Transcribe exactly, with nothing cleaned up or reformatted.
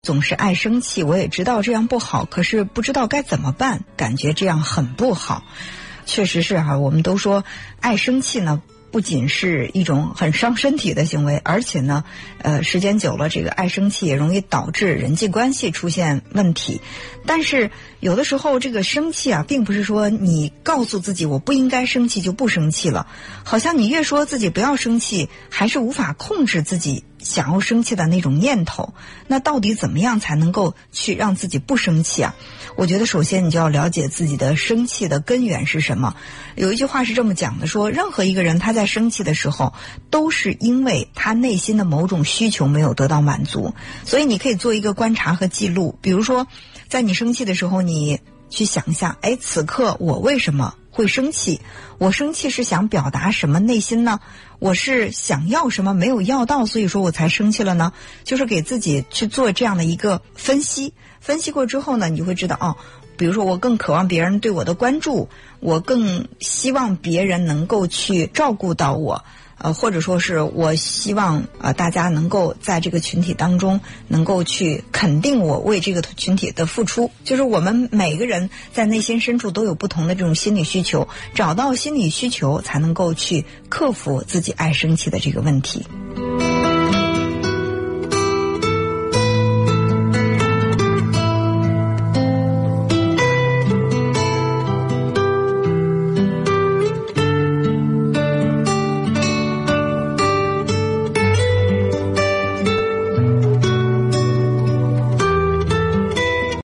总是爱生气，我也知道这样不好，可是不知道该怎么办，感觉这样很不好。确实是哈、啊，我们都说爱生气呢不仅是一种很伤身体的行为，而且呢呃，时间久了这个爱生气也容易导致人际关系出现问题。但是有的时候这个生气啊，并不是说你告诉自己我不应该生气就不生气了，好像你越说自己不要生气，还是无法控制自己想要生气的那种念头。那到底怎么样才能够去让自己不生气啊？我觉得首先你就要了解自己的生气的根源是什么。有一句话是这么讲的，说任何一个人他在生气的时候都是因为他内心的某种需求没有得到满足。所以你可以做一个观察和记录，比如说在你生气的时候，你去想一下，哎，此刻我为什么会生气？我生气是想表达什么内心呢？我是想要什么没有要到，所以说我才生气了呢？就是给自己去做这样的一个分析。分析过之后呢，你就会知道哦，比如说我更渴望别人对我的关注，我更希望别人能够去照顾到我，呃，或者说是我希望呃大家能够在这个群体当中能够去肯定我为这个群体的付出。就是我们每个人在内心深处都有不同的这种心理需求，找到心理需求才能够去克服自己爱生气的这个问题。